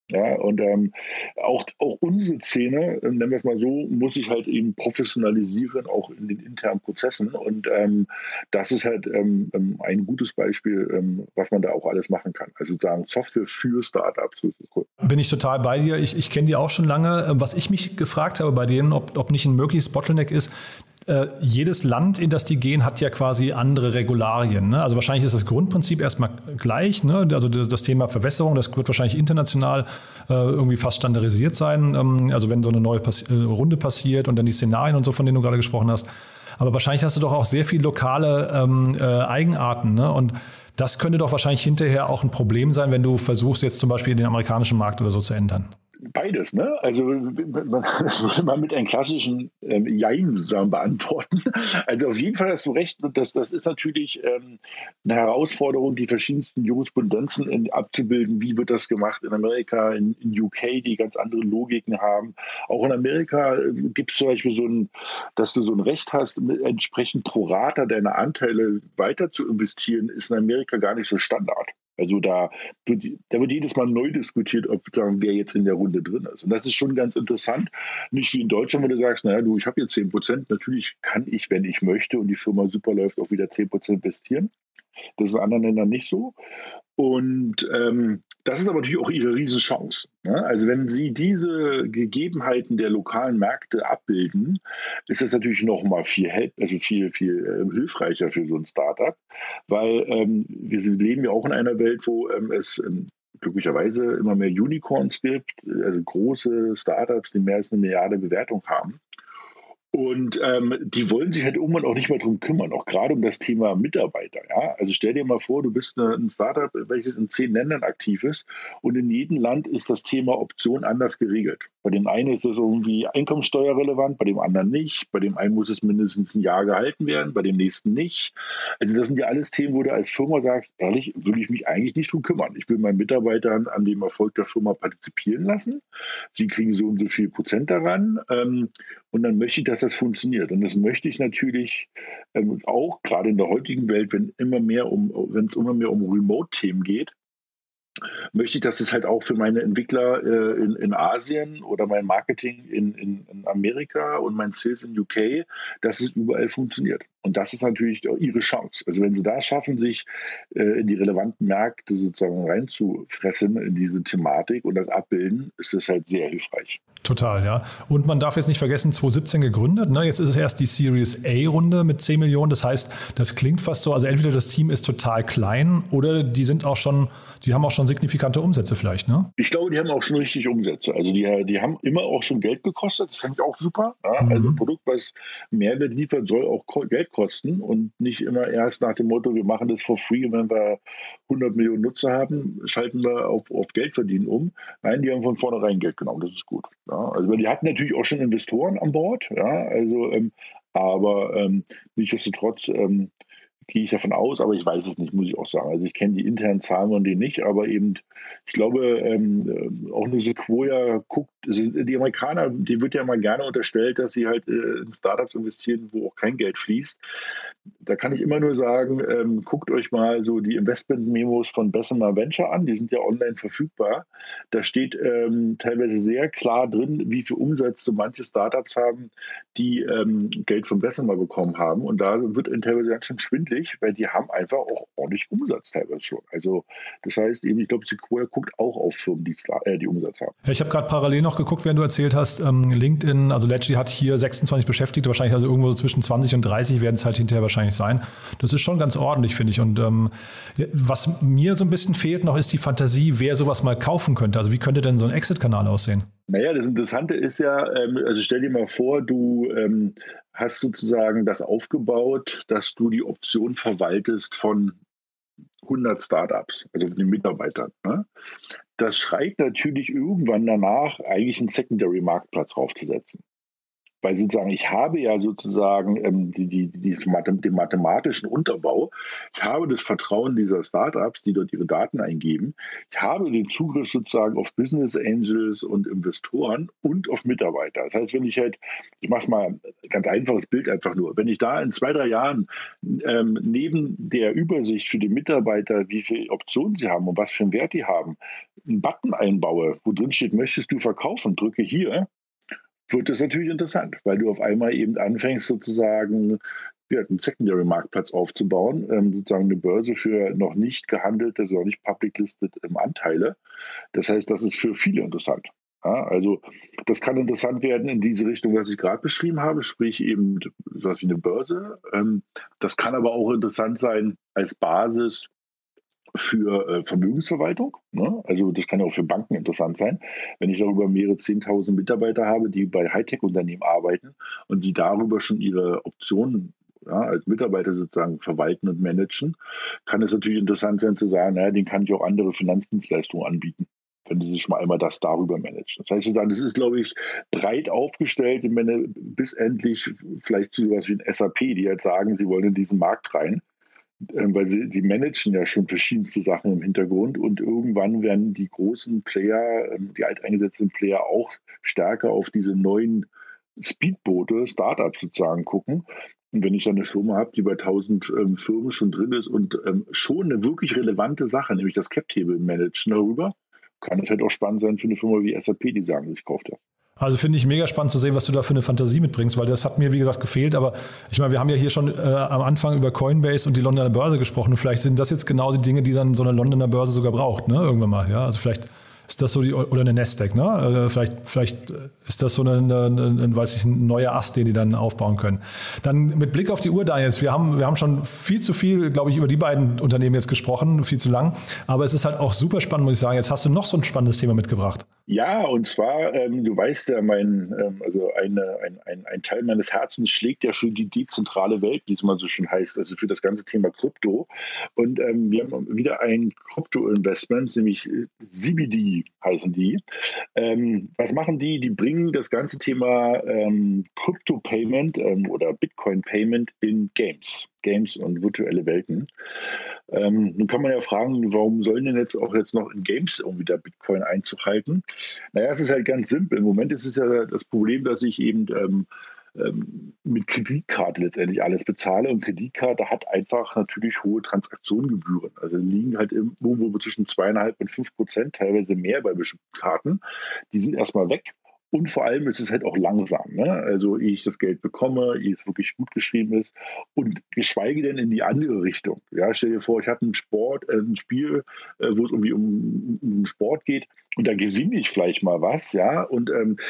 Ja, und auch unsere Szene, nennen wir es mal so, muss sich halt eben professionalisieren, auch in den internen Prozessen. Und das ist halt ein gutes Beispiel, was man da auch alles machen kann. Also sozusagen Software für Startups. Cool. Bin ich total bei dir. Ich kenne die auch schon lange. Was ich mich gefragt habe bei denen, ob nicht ein mögliches Bottleneck ist, jedes Land, in das die gehen, hat ja quasi andere Regularien. Ne? Also wahrscheinlich ist das Grundprinzip erstmal gleich. Ne? Also das Thema Verwässerung, das wird wahrscheinlich international irgendwie fast standardisiert sein. Also wenn so eine neue Runde passiert und dann die Szenarien und so, von denen du gerade gesprochen hast. Aber wahrscheinlich hast du doch auch sehr viel lokale Eigenarten. Ne? Und das könnte doch wahrscheinlich hinterher auch ein Problem sein, wenn du versuchst, jetzt zum Beispiel den amerikanischen Markt oder so zu ändern. Beides, ne? Also das würde man mit einem klassischen Jein zusammen beantworten. Also auf jeden Fall hast du recht, das ist natürlich eine Herausforderung, die verschiedensten Jurisprudenzen abzubilden. Wie wird das gemacht in Amerika, in UK, die ganz andere Logiken haben. Auch in Amerika gibt es zum Beispiel dass du so ein Recht hast, entsprechend pro Rata deine Anteile weiter zu investieren, ist in Amerika gar nicht so Standard. Also da wird jedes Mal neu diskutiert, wer jetzt in der Runde drin ist. Und das ist schon ganz interessant. Nicht wie in Deutschland, wo du sagst, naja, ich habe jetzt 10%. Natürlich kann ich, wenn ich möchte und die Firma super läuft, auch wieder 10% investieren. Das ist in anderen Ländern nicht so. Und das ist aber natürlich auch ihre Riesenchance. Ne? Also wenn sie diese Gegebenheiten der lokalen Märkte abbilden, ist das natürlich noch mal viel hilfreicher für so ein Startup, weil wir leben ja auch in einer Welt, wo es glücklicherweise immer mehr Unicorns gibt, also große Startups, die mehr als 1 Milliarde Bewertung haben. Und die wollen sich halt irgendwann auch nicht mehr drum kümmern, auch gerade um das Thema Mitarbeiter. Ja? Also stell dir mal vor, du bist ein Startup, welches in 10 Ländern aktiv ist und in jedem Land ist das Thema Option anders geregelt. Bei dem einen ist es irgendwie einkommensteuerrelevant, bei dem anderen nicht. Bei dem einen muss es mindestens ein Jahr gehalten werden, bei dem nächsten nicht. Also das sind ja alles Themen, wo du als Firma sagst, ehrlich, will ich mich eigentlich nicht drum kümmern. Ich will meinen Mitarbeitern an dem Erfolg der Firma partizipieren lassen. Sie kriegen so und so viel Prozent daran. Und dann möchte ich, dass das funktioniert. Und das möchte ich natürlich auch gerade in der heutigen Welt, wenn es immer mehr um Remote-Themen geht, möchte ich, dass es halt auch für meine Entwickler in Asien oder mein Marketing in Amerika und mein Sales in UK, dass es überall funktioniert. Und das ist natürlich auch ihre Chance. Also wenn sie da schaffen, sich in die relevanten Märkte sozusagen reinzufressen in diese Thematik und das abbilden, ist das halt sehr hilfreich. Total, ja. Und man darf jetzt nicht vergessen, 2017 gegründet. Ne? Jetzt ist es erst die Series A-Runde mit 10 Millionen. Das heißt, das klingt fast so, also entweder das Team ist total klein oder die haben auch schon signifikante Umsätze vielleicht, ne? Ich glaube, die haben auch schon richtig Umsätze. Also die haben immer auch schon Geld gekostet. Das finde ich auch super. Ja? Also ein Produkt, was Mehrwert liefert, soll auch Geld kosten und nicht immer erst nach dem Motto, wir machen das for free und wenn wir 100 Millionen Nutzer haben, schalten wir auf Geld verdienen um. Nein, die haben von vornherein Geld genommen. Das ist gut. Ja? Also die hatten natürlich auch schon Investoren an Bord. Ja? Also, aber nichtsdestotrotz gehe ich davon aus, aber ich weiß es nicht, muss ich auch sagen. Also ich kenne die internen Zahlen von denen nicht, aber eben, ich glaube, auch eine Sequoia guckt, also die Amerikaner, die wird ja mal gerne unterstellt, dass sie halt in Startups investieren, wo auch kein Geld fließt. Da kann ich immer nur sagen, guckt euch mal so die Investment-Memos von Bessemer Venture an, die sind ja online verfügbar. Da steht teilweise sehr klar drin, wie viel Umsatz so manche Startups haben, die Geld von Bessemer bekommen haben. Und da wird teilweise ganz schön schwindelig, weil die haben einfach auch ordentlich Umsatz teilweise schon. Also das heißt eben, ich glaube, Sequoia guckt auch auf Firmen, die Umsatz haben. Ja, ich habe gerade parallel noch geguckt, während du erzählt hast, LinkedIn, also Ledgy hat hier 26 Beschäftigte, wahrscheinlich also irgendwo so zwischen 20 und 30 werden es halt hinterher wahrscheinlich sein. Das ist schon ganz ordentlich, finde ich. Und was mir so ein bisschen fehlt noch, ist die Fantasie, wer sowas mal kaufen könnte. Also wie könnte denn so ein Exit-Kanal aussehen? Naja, das Interessante ist ja, also stell dir mal vor, du hast sozusagen das aufgebaut, dass du die Option verwaltest von 100 Startups, also den Mitarbeitern. Ne? Das schreit natürlich irgendwann danach, eigentlich einen Secondary-Marktplatz draufzusetzen. Weil sozusagen, ich habe ja sozusagen den mathematischen Unterbau, ich habe das Vertrauen dieser Startups, die dort ihre Daten eingeben, ich habe den Zugriff sozusagen auf Business Angels und Investoren und auf Mitarbeiter. Das heißt, wenn ich mache es mal ein ganz einfaches Bild einfach nur, wenn ich da in 2-3 Jahren neben der Übersicht für die Mitarbeiter, wie viele Optionen sie haben und was für einen Wert die haben, einen Button einbaue, wo drin steht, möchtest du verkaufen, drücke hier, wird das natürlich interessant, weil du auf einmal eben anfängst sozusagen einen Secondary-Marktplatz aufzubauen, sozusagen eine Börse für noch nicht gehandelte, also noch nicht public-listed Anteile. Das heißt, das ist für viele interessant. Ja, also das kann interessant werden in diese Richtung, was ich gerade beschrieben habe, sprich eben sowas wie eine Börse. Das kann aber auch interessant sein als Basis für Vermögensverwaltung. Ne? Also das kann auch für Banken interessant sein, wenn ich darüber mehrere 10.000 Mitarbeiter habe, die bei Hightech-Unternehmen arbeiten und die darüber schon ihre Optionen als Mitarbeiter sozusagen verwalten und managen, kann es natürlich interessant sein zu sagen, naja, den kann ich auch andere Finanzdienstleistungen anbieten, wenn sie sich mal einmal das darüber managen. Das heißt, das ist, glaube ich, breit aufgestellt, bis endlich vielleicht zu sowas wie ein SAP, die halt sagen, sie wollen in diesen Markt rein, weil sie managen ja schon verschiedenste Sachen im Hintergrund und irgendwann werden die großen Player, die alteingesetzten Player auch stärker auf diese neuen Speedboote, Startups sozusagen gucken. Und wenn ich dann eine Firma habe, die bei 1000 Firmen schon drin ist und schon eine wirklich relevante Sache, nämlich das Cap-Table managen darüber, kann es halt auch spannend sein für eine Firma wie SAP, die sagen, ich kaufe das. Also finde ich mega spannend zu sehen, was du da für eine Fantasie mitbringst, weil das hat mir, wie gesagt, gefehlt. Aber ich meine, wir haben ja hier schon am Anfang über Coinbase und die Londoner Börse gesprochen. Und vielleicht sind das jetzt genau die Dinge, die dann so eine Londoner Börse sogar braucht, ne? Irgendwann mal. Ja? Also vielleicht ist das so oder eine Nasdaq, ne? Vielleicht ist das so ein neuer Ast, den die dann aufbauen können. Dann mit Blick auf die Uhr, Daniel, wir haben schon viel zu viel, glaube ich, über die beiden Unternehmen jetzt gesprochen, viel zu lang. Aber es ist halt auch super spannend, muss ich sagen. Jetzt hast du noch so ein spannendes Thema mitgebracht. Ja, und zwar, du weißt ja, ein Teil meines Herzens schlägt ja für die dezentrale Welt, wie es mal so schön heißt, also für das ganze Thema Krypto. Und wir haben wieder ein Krypto-Investment, nämlich CBD heißen die. Was machen die? Die bringen das ganze Thema Crypto-Payment oder Bitcoin-Payment in Games und virtuelle Welten. Nun kann man ja fragen, warum sollen denn jetzt noch in Games irgendwie da Bitcoin Einzug halten? Naja, es ist halt ganz simpel. Im Moment ist es ja das Problem, dass ich eben mit Kreditkarte letztendlich alles bezahle und Kreditkarte hat einfach natürlich hohe Transaktionsgebühren. Also liegen halt irgendwo zwischen 2,5% und 5%, teilweise mehr bei bestimmten Karten. Die sind erstmal weg. Und vor allem ist es halt auch langsam. Ne? Also ehe ich das Geld bekomme, ehe es wirklich gut geschrieben ist und geschweige denn in die andere Richtung. Ja, stell dir vor, ich habe ein Spiel, wo es irgendwie um Sport geht und da gewinne ich vielleicht mal was, ja, und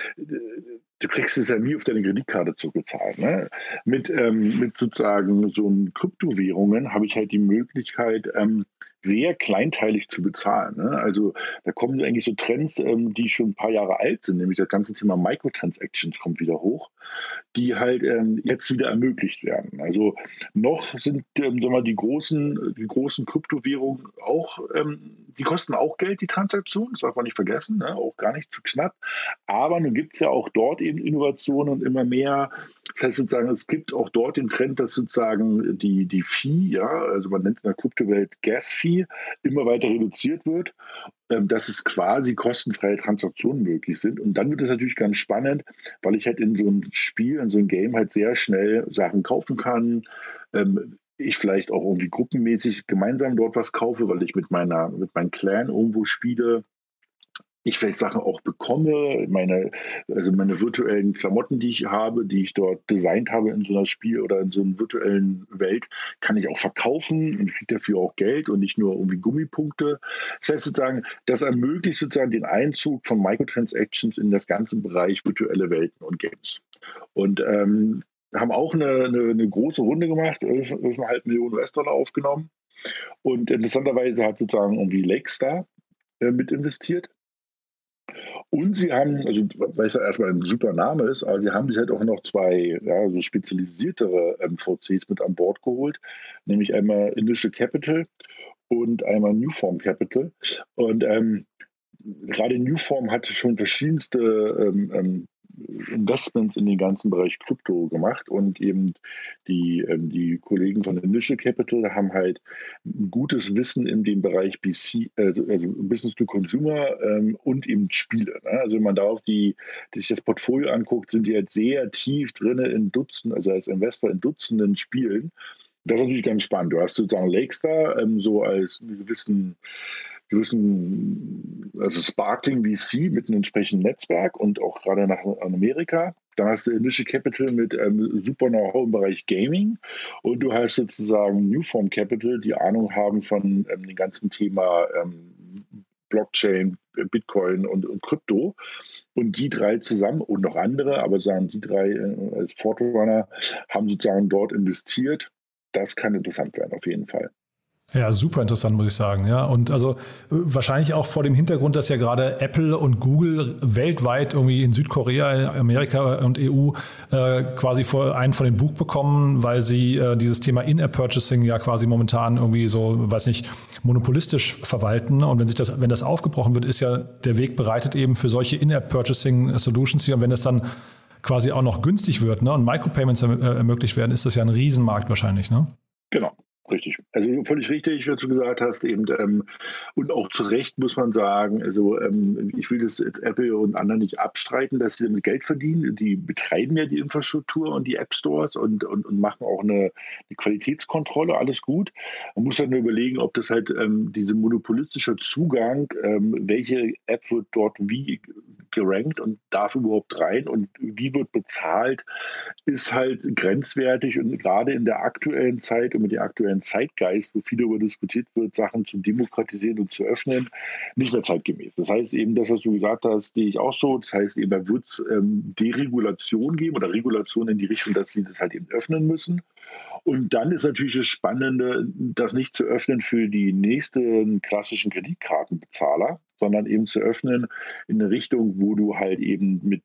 du kriegst es ja nie auf deine Kreditkarte zurückgezahlt. Ne? Mit sozusagen so Kryptowährungen habe ich halt die Möglichkeit, sehr kleinteilig zu bezahlen. Ne? Also da kommen eigentlich so Trends, die schon ein paar Jahre alt sind, nämlich das ganze Thema Microtransactions kommt wieder hoch, die halt jetzt wieder ermöglicht werden. Also noch sind die großen Kryptowährungen auch, die kosten auch Geld, die Transaktionen, das darf man nicht vergessen, ne? Auch gar nicht zu knapp. Aber nun gibt es ja auch dort eben Innovationen und immer mehr. Das heißt sozusagen, es gibt auch dort den Trend, dass sozusagen die Fee, ja, also man nennt es in der Kryptowelt Gas-Fee, immer weiter reduziert wird, dass es quasi kostenfreie Transaktionen möglich sind. Und dann wird es natürlich ganz spannend, weil ich halt in so ein Spiel, in so ein Game halt sehr schnell Sachen kaufen kann. Ich vielleicht auch irgendwie gruppenmäßig gemeinsam dort was kaufe, weil ich mit meinem Clan irgendwo spiele. Ich vielleicht Sachen auch bekomme, meine virtuellen Klamotten, die ich habe, die ich dort designt habe in so einer Spiel oder in so einer virtuellen Welt, kann ich auch verkaufen und kriege dafür auch Geld und nicht nur irgendwie Gummipunkte. Das heißt sozusagen, das ermöglicht sozusagen den Einzug von Microtransactions in das ganze Bereich virtuelle Welten und Games. Und haben auch eine große Runde gemacht, 11,5 Millionen US-Dollar aufgenommen. Und interessanterweise hat sozusagen irgendwie Lakestar mit investiert. Und sie haben, also weil es ja erstmal ein super Name ist, aber sie haben sich halt auch noch zwei so spezialisiertere VCs mit an Bord geholt, nämlich einmal Initial Capital und einmal Newform Capital. Und gerade Newform hat schon verschiedenste Investments in den ganzen Bereich Krypto gemacht und eben die Kollegen von Initial Capital haben halt ein gutes Wissen in dem Bereich BC, also Business to Consumer und eben Spiele. Ne? Also wenn man da sich das Portfolio anguckt, sind die halt sehr tief drin in Dutzenden, also als Investor in Dutzenden Spielen. Das ist natürlich ganz spannend. Du hast sozusagen Lakestar so als einen gewissen gewissen, also Sparkling VC mit einem entsprechenden Netzwerk und auch gerade nach Amerika. Dann hast du Initial Capital mit super Know-how im Bereich Gaming und du hast sozusagen Newform Capital, die Ahnung haben von dem ganzen Thema Blockchain, Bitcoin und Krypto. Und die drei zusammen und noch andere, aber sagen die drei als Forerunner, haben sozusagen dort investiert. Das kann interessant werden, auf jeden Fall. Ja, super interessant, muss ich sagen. Ja, und also wahrscheinlich auch vor dem Hintergrund, dass ja gerade Apple und Google weltweit irgendwie in Südkorea, Amerika und EU quasi einen von den Bug bekommen, weil sie dieses Thema In-App-Purchasing ja quasi momentan irgendwie so, weiß nicht, monopolistisch verwalten. Und wenn das aufgebrochen wird, ist ja der Weg bereitet eben für solche In-App-Purchasing-Solutions hier. Und wenn es dann quasi auch noch günstig wird, ne, und Micropayments ermöglicht werden, ist das ja ein Riesenmarkt wahrscheinlich, ne? Genau. Richtig. Also völlig richtig, was du gesagt hast, eben und auch zu Recht muss man sagen, also ich will das Apple und anderen nicht abstreiten, dass sie damit Geld verdienen. Die betreiben ja die Infrastruktur und die App Stores und machen auch eine Qualitätskontrolle, alles gut. Man muss halt nur überlegen, ob das halt diese monopolistische Zugang, welche App wird dort wie gerankt und darf überhaupt rein und wie wird bezahlt, ist halt grenzwertig und gerade in der aktuellen Zeit und mit der aktuellen Zeitgeist, wo viel darüber diskutiert wird, Sachen zu demokratisieren und zu öffnen, nicht mehr zeitgemäß. Das heißt eben, das, was du gesagt hast, sehe ich auch so. Das heißt eben, da wird es Deregulation geben oder Regulation in die Richtung, dass sie das halt eben öffnen müssen. Und dann ist natürlich das Spannende, das nicht zu öffnen für die nächsten klassischen Kreditkartenbezahler, sondern eben zu öffnen in eine Richtung, wo du halt eben mit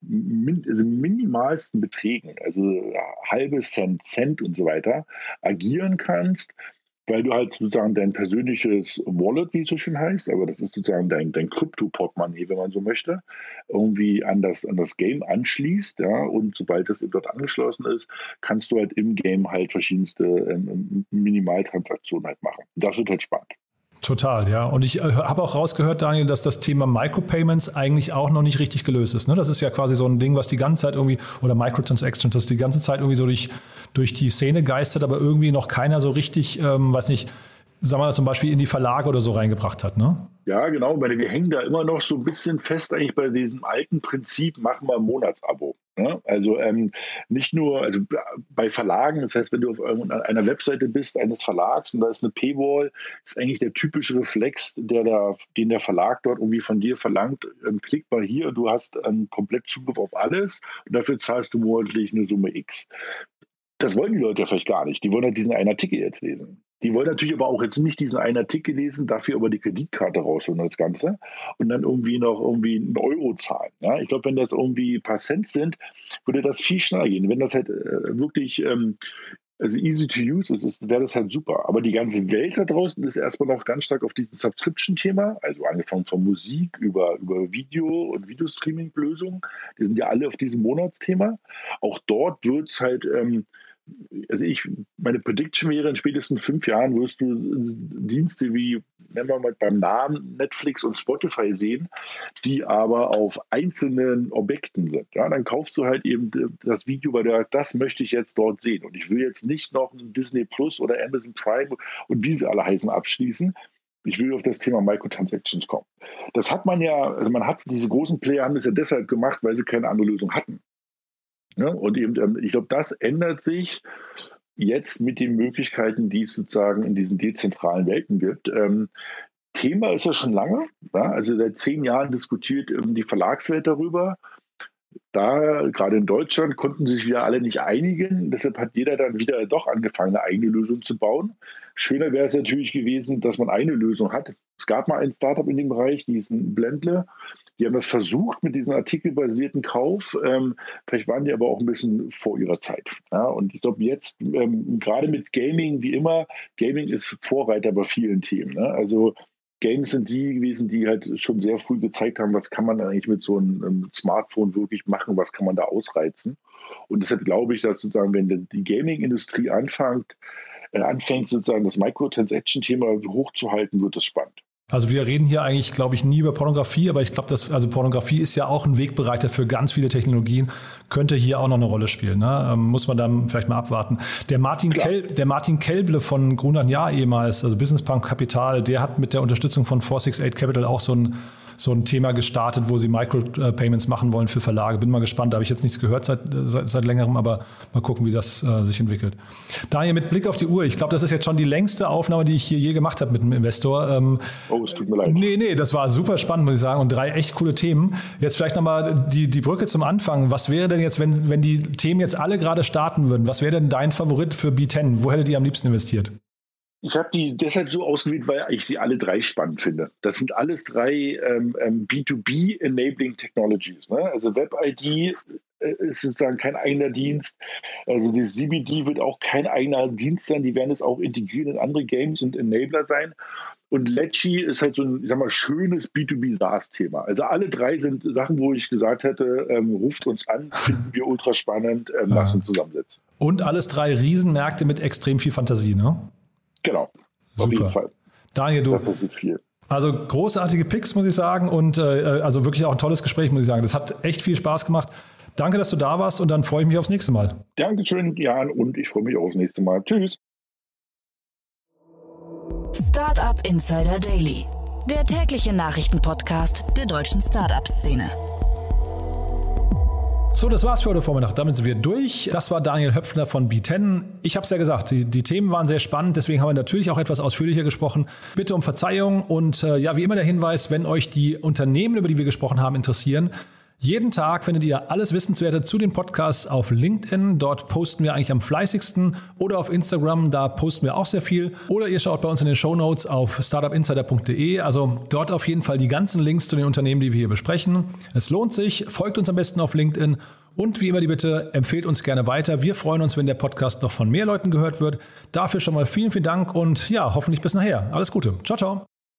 minimalsten Beträgen, also halbe Cent und so weiter, agieren kannst, weil du halt sozusagen dein persönliches Wallet, wie es so schön heißt, aber das ist sozusagen dein Krypto-Portemonnaie, wenn man so möchte, irgendwie an das Game anschließt, ja, und sobald das eben dort angeschlossen ist, kannst du halt im Game halt verschiedenste Minimaltransaktionen halt machen. Das wird halt spannend. Total, ja. Und ich habe auch rausgehört, Daniel, dass das Thema Micropayments eigentlich auch noch nicht richtig gelöst ist. Ne? Das ist ja quasi so ein Ding, was die ganze Zeit irgendwie, oder Microtransactions, das die ganze Zeit irgendwie so durch die Szene geistert, aber irgendwie noch keiner so richtig, weiß nicht, sagen wir mal zum Beispiel in die Verlage oder so reingebracht hat, ne? Ja, genau, weil wir hängen da immer noch so ein bisschen fest eigentlich bei diesem alten Prinzip, machen wir ein Monatsabo. Ne? Also nicht nur, also bei Verlagen, das heißt, wenn du auf einer Webseite bist, eines Verlags und da ist eine Paywall, ist eigentlich der typische Reflex, den der Verlag dort irgendwie von dir verlangt, klick mal hier, du hast komplett Zugriff auf alles und dafür zahlst du monatlich eine Summe X. Das wollen die Leute ja vielleicht gar nicht. Die wollen halt diesen einen Artikel jetzt lesen. Die wollen natürlich aber auch jetzt nicht diesen einen Artikel lesen, dafür aber die Kreditkarte rausholen, das Ganze, und dann irgendwie noch einen Euro zahlen. Ja? Ich glaube, wenn das irgendwie ein paar Cent sind, würde das viel schneller gehen. Wenn das halt wirklich also easy to use ist, wäre das halt super. Aber die ganze Welt da draußen ist erstmal noch ganz stark auf diesem Subscription-Thema, also angefangen von Musik über Video und Videostreaming-Lösungen. Die sind ja alle auf diesem Monatsthema. Auch dort wird es halt meine Prediction wäre, in spätestens 5 Jahren wirst du Dienste wie, nennen wir mal beim Namen, Netflix und Spotify sehen, die aber auf einzelnen Objekten sind. Ja, dann kaufst du halt eben das Video, weil du sagst, das möchte ich jetzt dort sehen. Und ich will jetzt nicht noch ein Disney Plus oder Amazon Prime und wie sie alle heißen abschließen. Ich will auf das Thema Microtransactions kommen. Das hat man ja, also diese großen Player haben das ja deshalb gemacht, weil sie keine andere Lösung hatten. Ja, und eben, ich glaube, das ändert sich jetzt mit den Möglichkeiten, die es sozusagen in diesen dezentralen Welten gibt. Thema ist ja schon lange. Ja, also seit 10 Jahren diskutiert die Verlagswelt darüber. Da, gerade in Deutschland, konnten sich wieder alle nicht einigen. Deshalb hat jeder dann wieder doch angefangen, eine eigene Lösung zu bauen. Schöner wäre es natürlich gewesen, dass man eine Lösung hat. Es gab mal ein Startup in dem Bereich, die ist ein Blendle. Die haben das versucht mit diesem artikelbasierten Kauf. Vielleicht waren die aber auch ein bisschen vor ihrer Zeit. Ja, und ich glaube jetzt, gerade mit Gaming, wie immer, Gaming ist Vorreiter bei vielen Themen. Ne? Also Games sind die gewesen, die halt schon sehr früh gezeigt haben, was kann man eigentlich mit so einem Smartphone wirklich machen, was kann man da ausreizen. Und deshalb glaube ich, dass sozusagen, wenn die Gaming-Industrie anfängt sozusagen das Microtransaction-Thema hochzuhalten, wird das spannend. Also wir reden hier eigentlich, glaube ich, nie über Pornografie, aber ich glaube, Pornografie ist ja auch ein Wegbereiter für ganz viele Technologien, könnte hier auch noch eine Rolle spielen. Ne? Muss man dann vielleicht mal abwarten. Der Martin Kelble von Grunert Jahr ehemals, also Business Punk Kapital, der hat mit der Unterstützung von 468 Capital auch so ein Thema gestartet, wo sie Micropayments machen wollen für Verlage. Bin mal gespannt, da habe ich jetzt nichts gehört seit längerem, aber mal gucken, wie das sich entwickelt. Daniel, mit Blick auf die Uhr, ich glaube, das ist jetzt schon die längste Aufnahme, die ich hier je gemacht habe mit einem Investor. Es tut mir leid. Nee, das war super spannend, muss ich sagen, und 3 echt coole Themen. Jetzt vielleicht nochmal die Brücke zum Anfang. Was wäre denn jetzt, wenn die Themen jetzt alle gerade starten würden, was wäre denn dein Favorit für B10? Wo hättet ihr am liebsten investiert? Ich habe die deshalb so ausgewählt, weil ich sie alle 3 spannend finde. Das sind alles 3 B2B-Enabling Technologies. Ne? Also WebID ist sozusagen kein eigener Dienst. Also das CBD wird auch kein eigener Dienst sein. Die werden es auch integrieren in andere Games und Enabler sein. Und Ledgy ist halt so ein, ich sag mal, schönes B2B-SaaS-Thema. Also alle 3 sind Sachen, wo ich gesagt hätte, ruft uns an, finden wir ultra spannend, lasst uns zusammensetzen. Und alles 3 Riesenmärkte mit extrem viel Fantasie, ne? Genau, super. Auf jeden Fall. Daniel, da passiert viel. Also großartige Picks, muss ich sagen, und also wirklich auch ein tolles Gespräch, muss ich sagen. Das hat echt viel Spaß gemacht. Danke, dass du da warst, und dann freue ich mich aufs nächste Mal. Dankeschön, Jan, und ich freue mich auch aufs nächste Mal. Tschüss. Startup Insider Daily, der tägliche Nachrichtenpodcast der deutschen Startup-Szene. So, das war's für heute Vormittag. Damit sind wir durch. Das war Daniel Höpfner von B10. Ich habe es ja gesagt, die Themen waren sehr spannend, deswegen haben wir natürlich auch etwas ausführlicher gesprochen. Bitte um Verzeihung und wie immer der Hinweis, wenn euch die Unternehmen, über die wir gesprochen haben, interessieren. Jeden Tag findet ihr alles Wissenswerte zu den Podcasts auf LinkedIn. Dort posten wir eigentlich am fleißigsten, oder auf Instagram, da posten wir auch sehr viel. Oder ihr schaut bei uns in den Shownotes auf startupinsider.de. Also dort auf jeden Fall die ganzen Links zu den Unternehmen, die wir hier besprechen. Es lohnt sich, folgt uns am besten auf LinkedIn und wie immer die Bitte, empfehlt uns gerne weiter. Wir freuen uns, wenn der Podcast noch von mehr Leuten gehört wird. Dafür schon mal vielen, vielen Dank und ja, hoffentlich bis nachher. Alles Gute. Ciao, ciao.